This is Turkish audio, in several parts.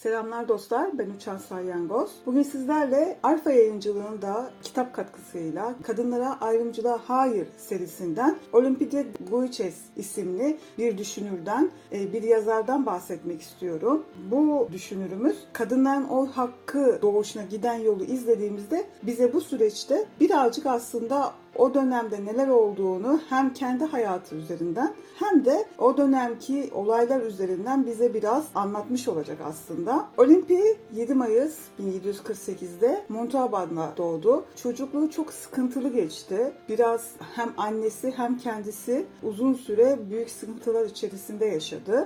Selamlar dostlar, ben Uçan Salyangoz. Bugün sizlerle Alfa Yayıncılığı'nın da kitap katkısıyla Kadınlara Ayrımcılığa Hayır serisinden Olimpide Guices isimli bir düşünürden, bir yazardan bahsetmek istiyorum. Bu düşünürümüz kadınların oy hakkı doğuşuna giden yolu izlediğimizde bize bu süreçte birazcık aslında o dönemde neler olduğunu hem kendi hayatı üzerinden hem de o dönemki olaylar üzerinden bize biraz anlatmış olacak aslında. Olimpia 7 Mayıs 1748'de Montalban'da doğdu. Çocukluğu çok sıkıntılı geçti. Biraz hem annesi hem kendisi uzun süre büyük sıkıntılar içerisinde yaşadı.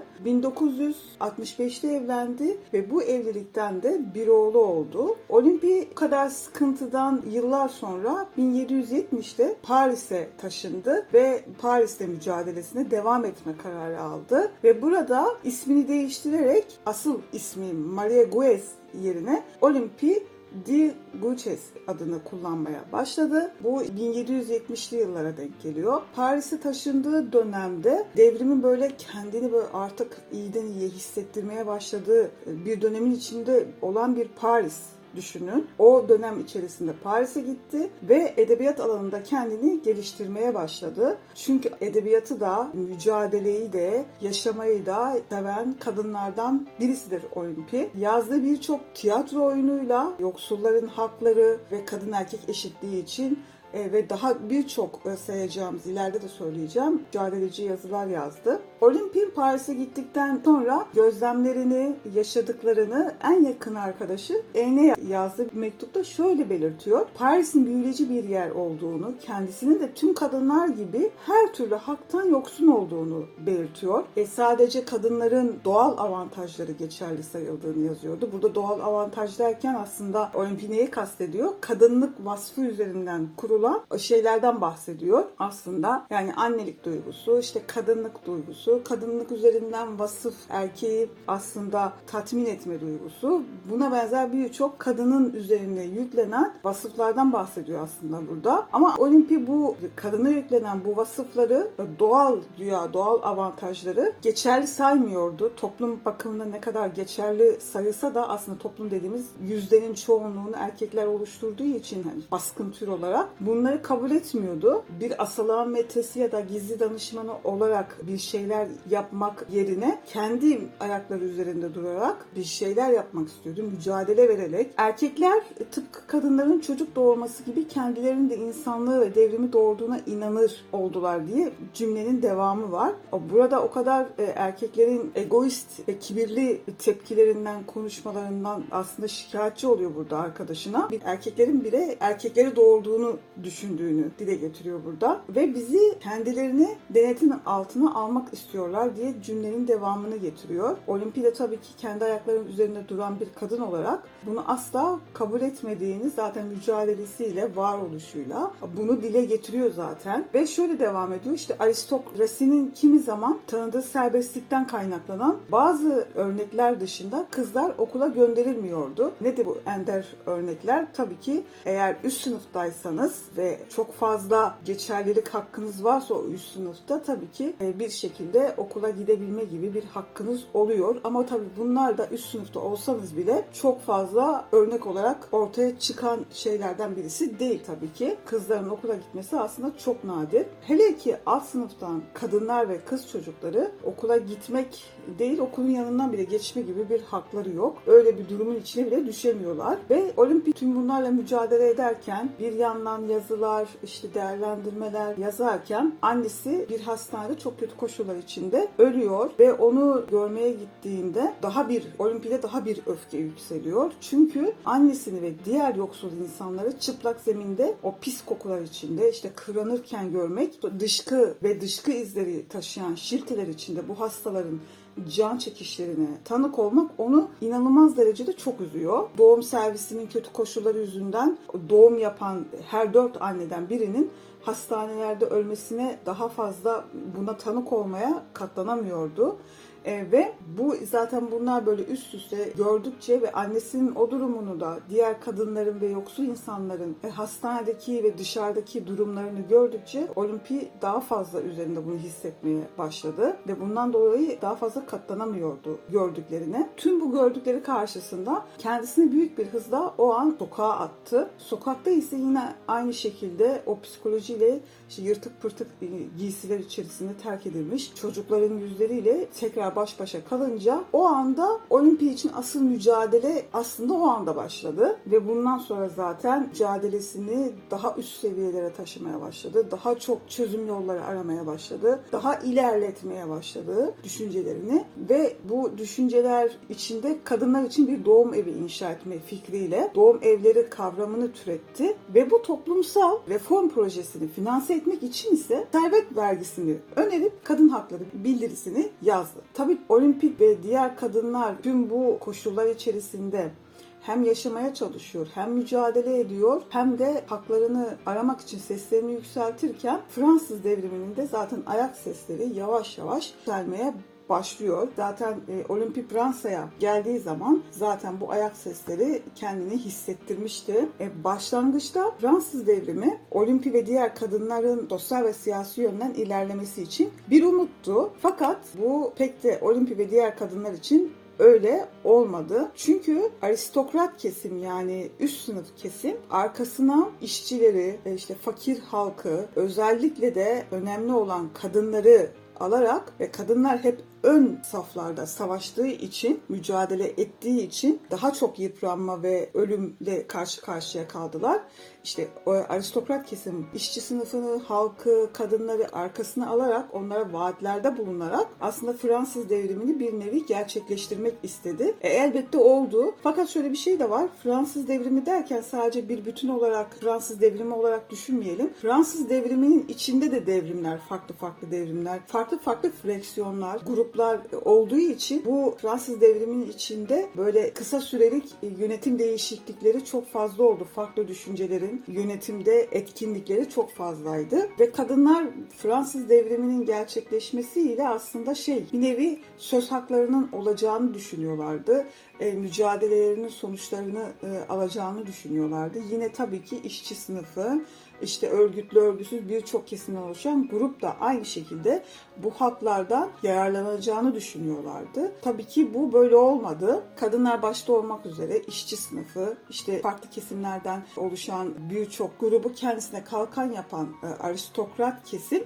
1965'te evlendi ve bu evlilikten de bir oğlu oldu. Olimpia bu kadar sıkıntıdan yıllar sonra 1770'te Paris'e taşındı ve Paris'te mücadelesine devam etme kararı aldı ve burada ismini değiştirerek asıl ismi Maria Guez yerine Olimpie de Guices adını kullanmaya başladı. Bu 1770'li yıllara denk geliyor. Paris'e taşındığı dönemde devrimin böyle kendini böyle artık iyiden iyiye hissettirmeye başladığı bir dönemin içinde olan bir Paris düşünün. O dönem içerisinde Paris'e gitti ve edebiyat alanında kendini geliştirmeye başladı. Çünkü edebiyatı da, mücadeleyi de, yaşamayı da seven kadınlardan birisidir Olimpia. Yazdığı birçok tiyatro oyunuyla yoksulların hakları ve kadın erkek eşitliği için ve daha birçok sayacağımız, ileride de söyleyeceğim, mücadeleci yazılar yazdı. Olimpia Paris'e gittikten sonra gözlemlerini, yaşadıklarını en yakın arkadaşı Anne'ye yazdığı bir mektupta şöyle belirtiyor. Paris'in büyüleyici bir yer olduğunu, kendisinin de tüm kadınlar gibi her türlü haktan yoksun olduğunu belirtiyor. Sadece kadınların doğal avantajları geçerli sayıldığını yazıyordu. Burada doğal avantaj derken aslında Olimpia neyi kastediyor? Kadınlık vasfı üzerinden kurulan şeylerden bahsediyor aslında. Yani annelik duygusu, işte kadınlık duygusu, kadınlık üzerinden vasıf, erkeği aslında tatmin etme duygusu. Buna benzer birçok kadının üzerine yüklenen vasıflardan bahsediyor aslında burada. Ama Olimpia bu kadına yüklenen bu vasıfları, doğal güya doğal avantajları geçerli saymıyordu. Toplum bakımında ne kadar geçerli sayılsa da aslında toplum dediğimiz yüzdenin çoğunluğunu erkekler oluşturduğu için hani baskın tür olarak bunları kabul etmiyordu. Bir asalağın metresi ya da gizli danışmanı olarak bir şeyler yapmak yerine kendi ayakları üzerinde durarak bir şeyler yapmak istiyordu. Mücadele vererek. Erkekler tıpkı kadınların çocuk doğurması gibi kendilerinin de insanlığı ve devrimi doğurduğuna inanır oldular diye cümlenin devamı var. Burada o kadar erkeklerin egoist ve kibirli tepkilerinden, konuşmalarından aslında şikayetçi oluyor burada arkadaşına. Bir erkeklerin bile erkekleri doğurduğunu düşündüğünü dile getiriyor burada. Ve bizi kendilerini denetim altına almak istiyorlar diye cümlenin devamını getiriyor. Olimpia tabii ki kendi ayaklarının üzerinde duran bir kadın olarak bunu asla kabul etmediğini zaten mücadelesiyle, varoluşuyla bunu dile getiriyor zaten. Ve şöyle devam ediyor. İşte aristokrasinin kimi zaman tanıdığı serbestlikten kaynaklanan bazı örnekler dışında kızlar okula gönderilmiyordu. Nedir bu ender örnekler? Tabii ki eğer üst sınıftaysanız ve çok fazla geçerlilik hakkınız varsa o üst sınıfta tabii ki bir şekilde okula gidebilme gibi bir hakkınız oluyor. Ama tabii bunlar da üst sınıfta olsanız bile çok fazla örnek olarak ortaya çıkan şeylerden birisi değil tabii ki. Kızların okula gitmesi aslında çok nadir. Hele ki alt sınıftan kadınlar ve kız çocukları okula gitmek değil, okulun yanından bile geçme gibi bir hakları yok. Öyle bir durumun içine bile düşemiyorlar. Ve Olimpia tüm bunlarla mücadele ederken bir yandan yazılar, işte değerlendirmeler yazarken annesi bir hastanede çok kötü koşullar içinde ölüyor ve onu görmeye gittiğinde Olimpia'da daha bir öfke yükseliyor. Çünkü annesini ve diğer yoksul insanları çıplak zeminde o pis kokular içinde işte kıvranırken görmek, dışkı izleri taşıyan şilteler içinde bu hastaların can çekişlerine tanık olmak onu inanılmaz derecede çok üzüyor. Doğum servisinin kötü koşulları yüzünden doğum yapan her 4 anneden birinin hastanelerde ölmesine daha fazla buna tanık olmaya katlanamıyordu. Ve bu zaten bunlar böyle üst üste gördükçe ve annesinin o durumunu da diğer kadınların ve yoksul insanların hastanedeki ve dışarıdaki durumlarını gördükçe Olympe daha fazla üzerinde bunu hissetmeye başladı ve bundan dolayı daha fazla katlanamıyordu gördüklerine. Tüm bu gördükleri karşısında kendisini büyük bir hızla o an sokağa attı. Sokakta ise yine aynı şekilde o psikolojiyle işte yırtık pırtık giysiler içerisinde terk edilmiş çocukların yüzleriyle tekrar baş başa kalınca o anda Olympe için asıl mücadele aslında o anda başladı ve bundan sonra zaten mücadelesini daha üst seviyelere taşımaya başladı. Daha çok çözüm yolları aramaya başladı. Daha ilerletmeye başladı düşüncelerini ve bu düşünceler içinde kadınlar için bir doğum evi inşa etme fikriyle doğum evleri kavramını türetti ve bu toplumsal reform projesini finanse etmek için ise servet vergisini önerip kadın hakları bildirisini yazdı. Tabii Olimpik ve diğer kadınlar tüm bu koşullar içerisinde hem yaşamaya çalışıyor, hem mücadele ediyor, hem de haklarını aramak için seslerini yükseltirken Fransız devriminin de zaten ayak sesleri yavaş yavaş yükselmeye başlıyor. Zaten Olympe Fransa'ya geldiği zaman zaten bu ayak sesleri kendini hissettirmişti. Başlangıçta Fransız devrimi Olympe ve diğer kadınların sosyal ve siyasi yönden ilerlemesi için bir umuttu. Fakat bu pek de Olympe ve diğer kadınlar için öyle olmadı. Çünkü aristokrat kesim yani üst sınıf kesim arkasına işçileri, işte fakir halkı, özellikle de önemli olan kadınları alarak ve kadınlar hep ön saflarda savaştığı için, mücadele ettiği için daha çok yıpranma ve ölümle karşı karşıya kaldılar. İşte o aristokrat kesim işçi sınıfını, halkı, kadınları arkasına alarak onlara vaatlerde bulunarak aslında Fransız devrimini bir nevi gerçekleştirmek istedi. Elbette oldu. Fakat şöyle bir şey de var. Fransız devrimi derken sadece bir bütün olarak Fransız devrimi olarak düşünmeyelim. Fransız devriminin içinde de devrimler, farklı farklı devrimler, farklı farklı fraksiyonlar, gruplar olduğu için bu Fransız devriminin içinde böyle kısa sürelik yönetim değişiklikleri çok fazla oldu. Farklı düşüncelerin yönetimde etkinlikleri çok fazlaydı ve kadınlar Fransız devriminin gerçekleşmesiyle aslında bir nevi söz haklarının olacağını düşünüyorlardı. Mücadelelerinin sonuçlarını alacağını düşünüyorlardı. Yine tabii ki işçi sınıfı, işte örgütlü örgüsüz birçok kesimden oluşan grup da aynı şekilde bu haklardan yararlanacağını düşünüyorlardı. Tabii ki bu böyle olmadı. Kadınlar başta olmak üzere işçi sınıfı, işte farklı kesimlerden oluşan birçok grubu kendisine kalkan yapan aristokrat kesim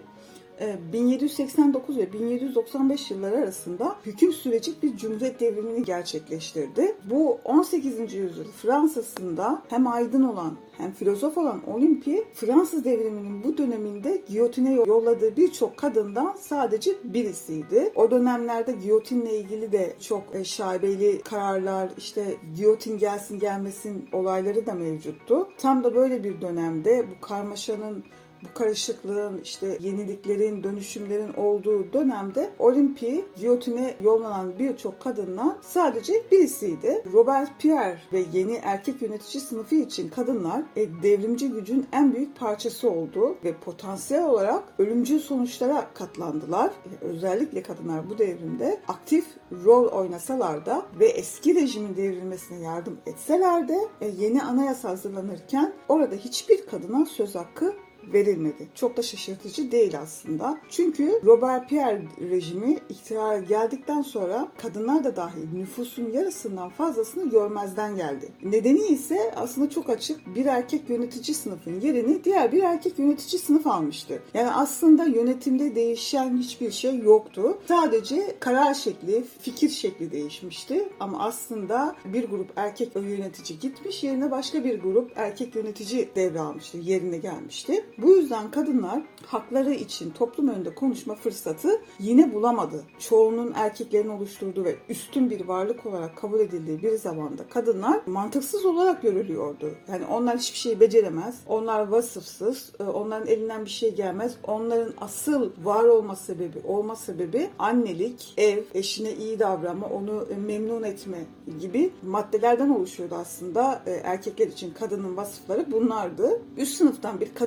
1789 ve 1795 yılları arasında hüküm sürecek bir cumhuriyet devrimini gerçekleştirdi. Bu 18. yüzyıl Fransa'sında hem aydın olan hem filozof olan Olympe, Fransız devriminin bu döneminde giyotine yolladığı birçok kadından sadece birisiydi. O dönemlerde giyotinle ilgili de çok şaibeli kararlar, işte giyotin gelsin gelmesin olayları da mevcuttu. Tam da böyle bir dönemde bu karmaşanın, bu karışıklığın, işte yeniliklerin, dönüşümlerin olduğu dönemde Olympe giyotine yollanan birçok kadından sadece birisiydi. Robespierre ve yeni erkek yönetici sınıfı için kadınlar devrimci gücün en büyük parçası oldu ve potansiyel olarak ölümcül sonuçlara katlandılar. Özellikle kadınlar bu devrimde aktif rol oynasalar da ve eski rejimin devrilmesine yardım etseler de yeni anayasa hazırlanırken orada hiçbir kadına söz hakkı verilmedi. Çok da şaşırtıcı değil aslında. Çünkü Robespierre rejimi iktidara geldikten sonra kadınlar da dahil nüfusun yarısından fazlasını görmezden geldi. Nedeni ise aslında çok açık. Bir erkek yönetici sınıfın yerini diğer bir erkek yönetici sınıf almıştı. Yani aslında yönetimde değişen hiçbir şey yoktu. Sadece karar şekli, fikir şekli değişmişti. Ama aslında bir grup erkek yönetici gitmiş, yerine başka bir grup erkek yönetici devralmıştı, yerine gelmişti. Bu yüzden kadınlar hakları için toplum önünde konuşma fırsatı yine bulamadı. Çoğunun erkeklerin oluşturduğu ve üstün bir varlık olarak kabul edildiği bir zamanda kadınlar mantıksız olarak görülüyordu. Yani onlar hiçbir şey beceremez, onlar vasıfsız, onların elinden bir şey gelmez. Onların asıl var olma sebebi annelik, ev, eşine iyi davranma, onu memnun etme gibi maddelerden oluşuyordu aslında. Erkekler için kadının vasıfları bunlardı. Üst sınıftan bir kadın dahi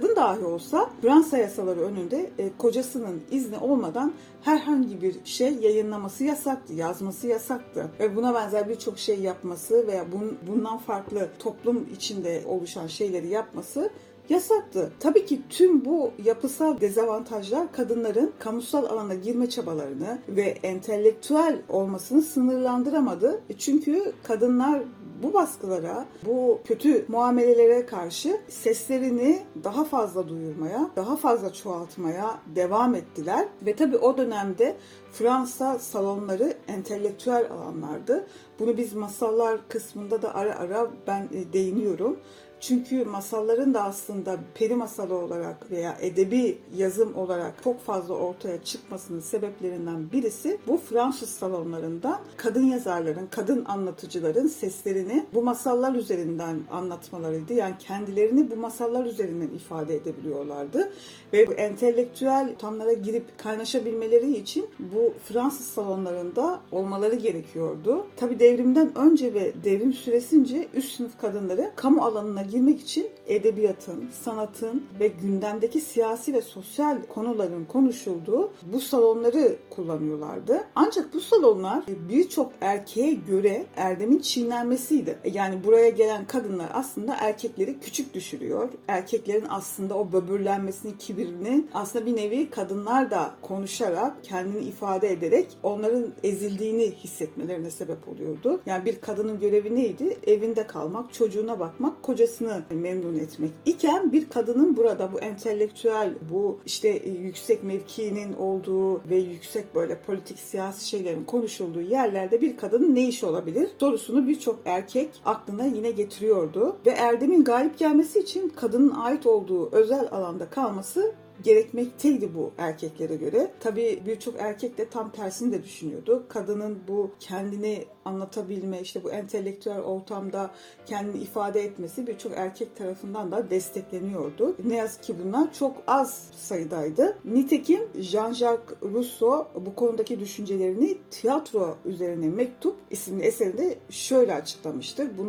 dahi olsa Fransa yasaları önünde kocasının izni olmadan herhangi bir şey yayınlaması yasaktı, yazması yasaktı. Ve buna benzer birçok şey yapması veya bundan farklı toplum içinde oluşan şeyleri yapması yasaktı. Tabii ki tüm bu yapısal dezavantajlar kadınların kamusal alana girme çabalarını ve entelektüel olmasını sınırlandıramadı. Çünkü kadınlar bu baskılara, bu kötü muamelelere karşı seslerini daha fazla duyurmaya, daha fazla çoğaltmaya devam ettiler. Ve tabii o dönemde Fransa salonları entelektüel alanlardı. Bunu biz masallar kısmında da ara ara ben değiniyorum. Çünkü masalların da aslında peri masalı olarak veya edebi yazım olarak çok fazla ortaya çıkmasının sebeplerinden birisi bu Fransız salonlarında kadın yazarların, kadın anlatıcıların seslerini bu masallar üzerinden anlatmalarıydı. Yani kendilerini bu masallar üzerinden ifade edebiliyorlardı. Ve bu entelektüel ortamlara girip kaynaşabilmeleri için bu Fransız salonlarında olmaları gerekiyordu. Tabii devrimden önce ve devrim süresince üst sınıf kadınları kamu alanına girmek için edebiyatın, sanatın ve gündemdeki siyasi ve sosyal konuların konuşulduğu bu salonları kullanıyorlardı. Ancak bu salonlar birçok erkeğe göre erdemin çiğnenmesiydi. Yani buraya gelen kadınlar aslında erkekleri küçük düşürüyor. Erkeklerin aslında o böbürlenmesini, kibirini aslında bir nevi kadınlar da konuşarak, kendini ifade ederek onların ezildiğini hissetmelerine sebep oluyordu. Yani bir kadının görevi neydi? Evinde kalmak, çocuğuna bakmak, kocasını memnun etmek iken bir kadının burada bu entelektüel, bu işte yüksek mevkinin olduğu ve yüksek böyle politik siyasi şeylerin konuşulduğu yerlerde bir kadının ne işi olabilir sorusunu birçok erkek aklına yine getiriyordu. Ve erdemin galip gelmesi için kadının ait olduğu özel alanda kalması gerekmekteydi bu erkeklere göre. Tabii birçok erkek de tam tersini de düşünüyordu. Kadının bu kendini anlatabilme, işte bu entelektüel ortamda kendini ifade etmesi birçok erkek tarafından da destekleniyordu. Ne yazık ki bunlar çok az sayıdaydı. Nitekim Jean-Jacques Rousseau bu konudaki düşüncelerini Tiyatro Üzerine Mektup isimli eserinde şöyle açıklamıştır. Bunu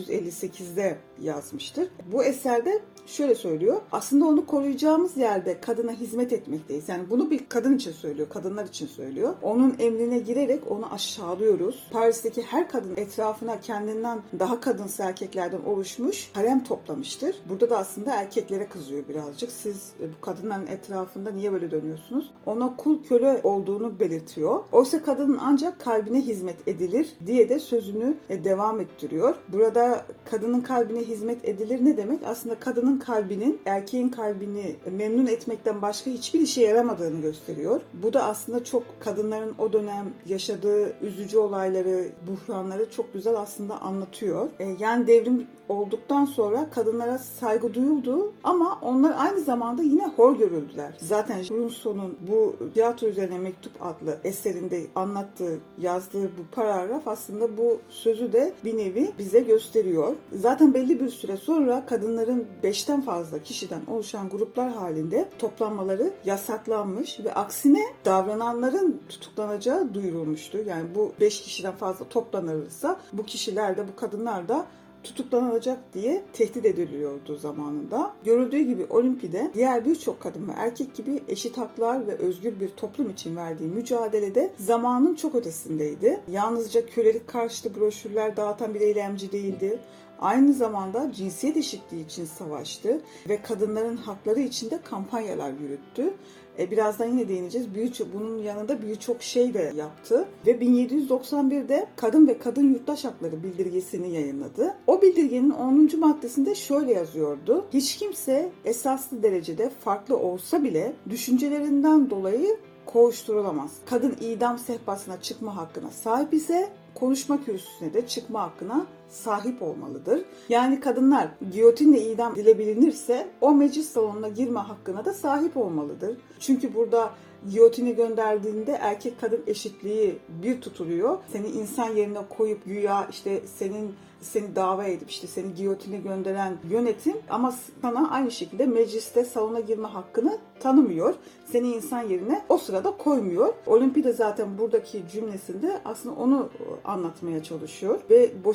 1758'de yazmıştır. Bu eserde şöyle söylüyor. Aslında onu koruyacağımız yerde kadına hizmet etmekteyiz. Yani bunu bir kadın için söylüyor, kadınlar için söylüyor. Onun emrine girerek onu aşağılıyoruz. Paris'teki her kadın etrafına kendinden daha kadınsı erkeklerden oluşmuş harem toplamıştır. Burada da aslında erkeklere kızıyor birazcık. Siz bu kadınların etrafında niye böyle dönüyorsunuz? Ona kul köle olduğunu belirtiyor. Oysa kadının ancak kalbine hizmet edilir diye de sözünü devam ettiriyor. Burada kadının kalbine hizmet edilir ne demek? Aslında kadının kalbinin erkeğin kalbini memnun etmekten başka hiçbir işe yaramadığını gösteriyor. Bu da aslında çok kadınların o dönem yaşadığı üzücü olayları, buhranları çok güzel aslında anlatıyor. Yani devrim olduktan sonra kadınlara saygı duyuldu ama onlar aynı zamanda yine hor görüldüler. Zaten Rousseau'nun bu Tiyatro Üzerine Mektup adlı eserinde anlattığı, yazdığı bu paragraf aslında bu sözü de bir nevi bize gösteriyor. Zaten belli bir süre sonra kadınların 5'ten fazla kişiden oluşan gruplar halinde toplanmaları yasaklanmış ve aksine davrananların tutuklanacağı duyurulmuştu. Yani bu 5 kişiden fazla toplanırsa bu kişiler de bu kadınlar da tutuklanacak diye tehdit ediliyordu zamanında. Görüldüğü gibi Olimpide diğer birçok kadın ve erkek gibi eşit haklar ve özgür bir toplum için verdiği mücadelede zamanın çok ötesindeydi. Yalnızca kölelik karşıtı broşürler dağıtan bir eylemci değildi. Aynı zamanda cinsiyet eşitliği için savaştı ve kadınların hakları için de kampanyalar yürüttü. Birazdan yine değineceğiz. Bunun yanında birçok şey de yaptı. Ve 1791'de Kadın ve Kadın Yurttaş Hakları bildirgesini yayınladı. O bildirgenin 10. maddesinde şöyle yazıyordu. Hiç kimse esaslı derecede farklı olsa bile düşüncelerinden dolayı kovuşturulamaz. Kadın idam sehpasına çıkma hakkına sahip ise konuşma kürsüsüne de çıkma hakkına sahip olmalıdır. Yani kadınlar giyotinle idam edilebilinirse o meclis salonuna girme hakkına da sahip olmalıdır. Çünkü burada giyotini gönderdiğinde erkek kadın eşitliği bir tutuluyor. Seni insan yerine koyup güya işte seni dava edip işte seni giyotine gönderen yönetim ama sana aynı şekilde mecliste salona girme hakkını tanımıyor. Seni insan yerine o sırada koymuyor. Olimpide zaten buradaki cümlesinde aslında onu anlatmaya çalışıyor ve boşanma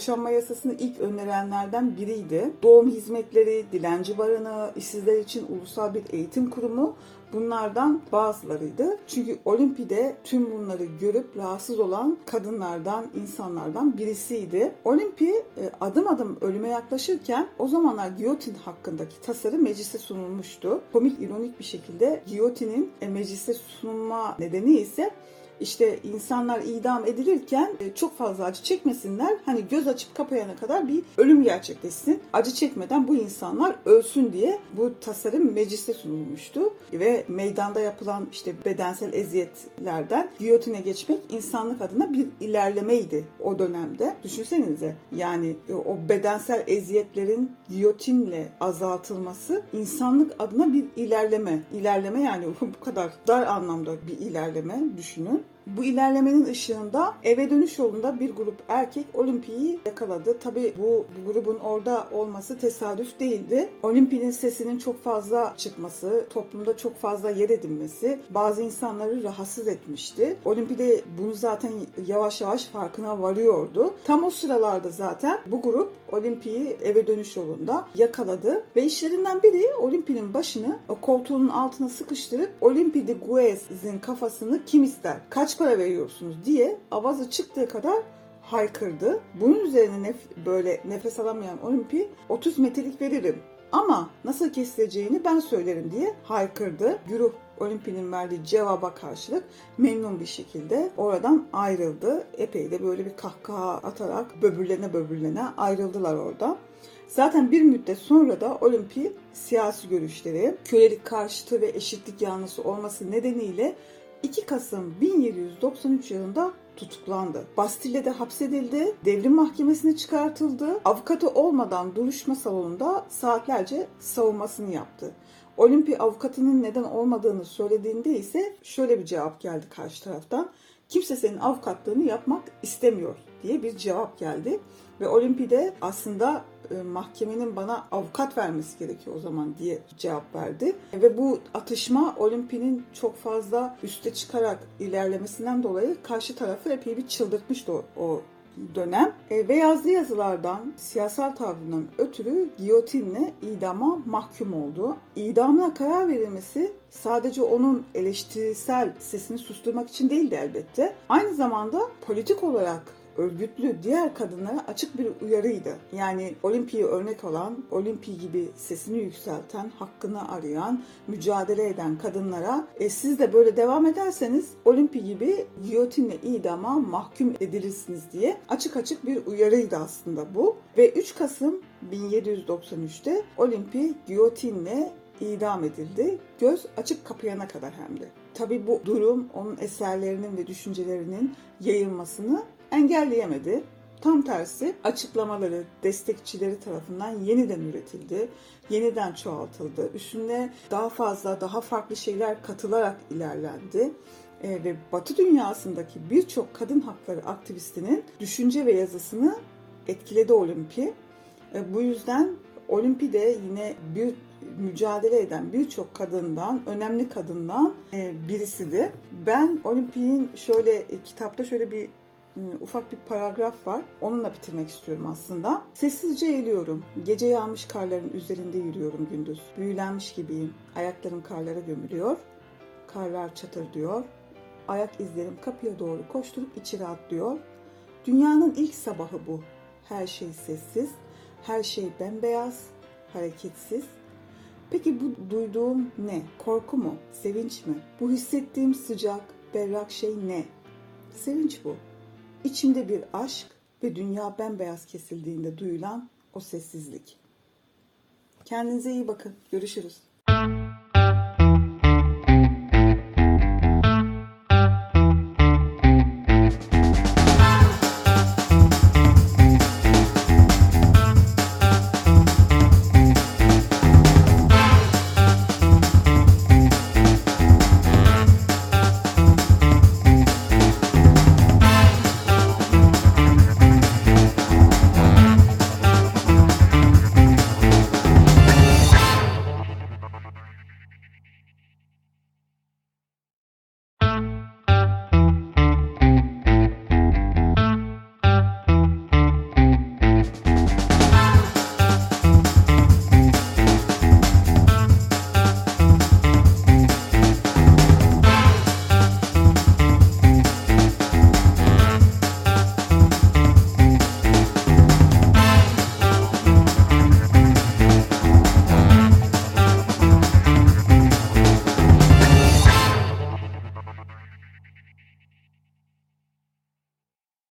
yasasını ilk önerenlerden biriydi. Doğum hizmetleri, dilenci barınağı, işsizler için ulusal bir eğitim kurumu bunlardan bazılarıydı. Çünkü Olympi'de tüm bunları görüp rahatsız olan kadınlardan, insanlardan birisiydi. Olympi adım adım ölüme yaklaşırken o zamanlar giyotin hakkındaki tasarı meclise sunulmuştu. Komik, ironik bir şekilde giyotinin meclise sunulma nedeni ise İşte insanlar idam edilirken çok fazla acı çekmesinler. Hani göz açıp kapayana kadar bir ölüm gerçekleşsin. Acı çekmeden bu insanlar ölsün diye bu tasarım meclise sunulmuştu. Ve meydanda yapılan işte bedensel eziyetlerden giyotine geçmek insanlık adına bir ilerlemeydi o dönemde. Düşünsenize yani o bedensel eziyetlerin giyotinle azaltılması insanlık adına bir ilerleme. İlerleme yani bu kadar dar anlamda bir ilerleme düşünün. Bu ilerlemenin ışığında eve dönüş yolunda bir grup erkek Olympi'yi yakaladı. Tabii bu grubun orada olması tesadüf değildi. Olympi'nin sesinin çok fazla çıkması, toplumda çok fazla yer edinmesi bazı insanları rahatsız etmişti. Olympi'de bunu zaten yavaş yavaş farkına varıyordu. Tam o sıralarda zaten bu grup Olympi'yi eve dönüş yolunda yakaladı ve işlerinden biri Olympi'nin başını o koltuğunun altına sıkıştırıp Olympi de Gouez'in kafasını kim ister, kaç para veriyorsunuz diye avazı çıktığı kadar haykırdı. Bunun üzerine böyle nefes alamayan Olympi 30 metrelik veririm ama nasıl kesileceğini ben söylerim diye haykırdı. Güruh Olympi'nin verdiği cevaba karşılık memnun bir şekilde oradan ayrıldı. Epey de böyle bir kahkaha atarak böbürlene ayrıldılar oradan. Zaten bir müddet sonra da Olympi siyasi görüşleri, kölelik karşıtı ve eşitlik yanlısı olması nedeniyle 2 Kasım 1793 yılında tutuklandı. Bastille'de hapsedildi, devrim mahkemesine çıkartıldı. Avukatı olmadan duruşma salonunda saatlerce savunmasını yaptı. Olympi avukatının neden olmadığını söylediğinde ise şöyle bir cevap geldi karşı taraftan. Kimse senin avukatlığını yapmak istemiyor diye bir cevap geldi. Ve Olympi'de aslında mahkemenin bana avukat vermesi gerekiyor o zaman diye cevap verdi. Ve bu atışma Olympi'nin çok fazla üste çıkarak ilerlemesinden dolayı karşı tarafı epey bir çıldırtmıştı o dönem. Ve yazdığı yazılardan, siyasal tavrından ötürü giyotinle idama mahkum oldu. İdamına karar verilmesi sadece onun eleştirisel sesini susturmak için değildi elbette. Aynı zamanda politik olarak örgütlü diğer kadınlara açık bir uyarıydı. Yani Olympi'yi örnek alan, Olympi gibi sesini yükselten, hakkını arayan, mücadele eden kadınlara siz de böyle devam ederseniz Olympi gibi giyotinle idama mahkum edilirsiniz diye açık bir uyarıydı aslında bu. Ve 3 Kasım 1793'te Olympi giyotinle idam edildi. Göz açıp kapayana kadar hem de. Tabii bu durum onun eserlerinin ve düşüncelerinin yayılmasını engelleyemedi. Tam tersi açıklamaları destekçileri tarafından yeniden üretildi, yeniden çoğaltıldı. Üstüne daha fazla, daha farklı şeyler katılarak ilerlendi. Ve Batı dünyasındaki birçok kadın hakları aktivistinin düşünce ve yazısını etkiledi Olympi. Bu yüzden Olympi'de yine bir mücadele eden birçok kadından, önemli kadından birisidir. Ben Olympi'nin kitapta şöyle bir ufak bir paragraf var. Onunla bitirmek istiyorum aslında. Sessizce eğiliyorum. Gece yağmış karların üzerinde yürüyorum gündüz. Büyülenmiş gibiyim. Ayaklarım karlara gömülüyor. Karlar çatırdıyor. Ayak izlerim kapıya doğru koşturup içeri atlıyor. Dünyanın ilk sabahı bu. Her şey sessiz. Her şey bembeyaz. Hareketsiz. Peki bu duyduğum ne? Korku mu? Sevinç mi? Bu hissettiğim sıcak, berrak şey ne? Sevinç bu. İçimde bir aşk ve dünya bembeyaz kesildiğinde duyulan o sessizlik. Kendinize iyi bakın. Görüşürüz.